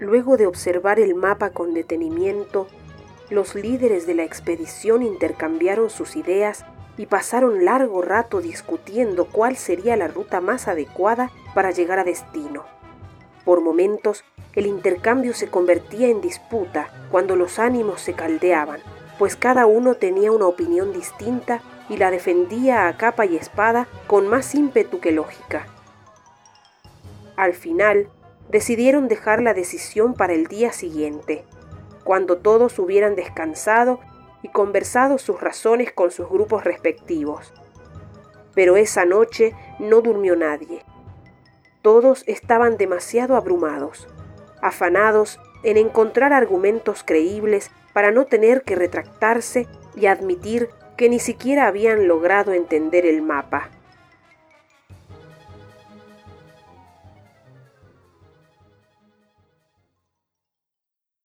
Luego de observar el mapa con detenimiento, los líderes de la expedición intercambiaron sus ideas y pasaron largo rato discutiendo cuál sería la ruta más adecuada para llegar a destino. Por momentos, el intercambio se convertía en disputa cuando los ánimos se caldeaban, pues cada uno tenía una opinión distinta y la defendía a capa y espada con más ímpetu que lógica. Al final, decidieron dejar la decisión para el día siguiente, cuando todos hubieran descansado y conversado sus razones con sus grupos respectivos. Pero esa noche no durmió nadie. Todos estaban demasiado abrumados, afanados en encontrar argumentos creíbles para no tener que retractarse y admitir que ni siquiera habían logrado entender el mapa.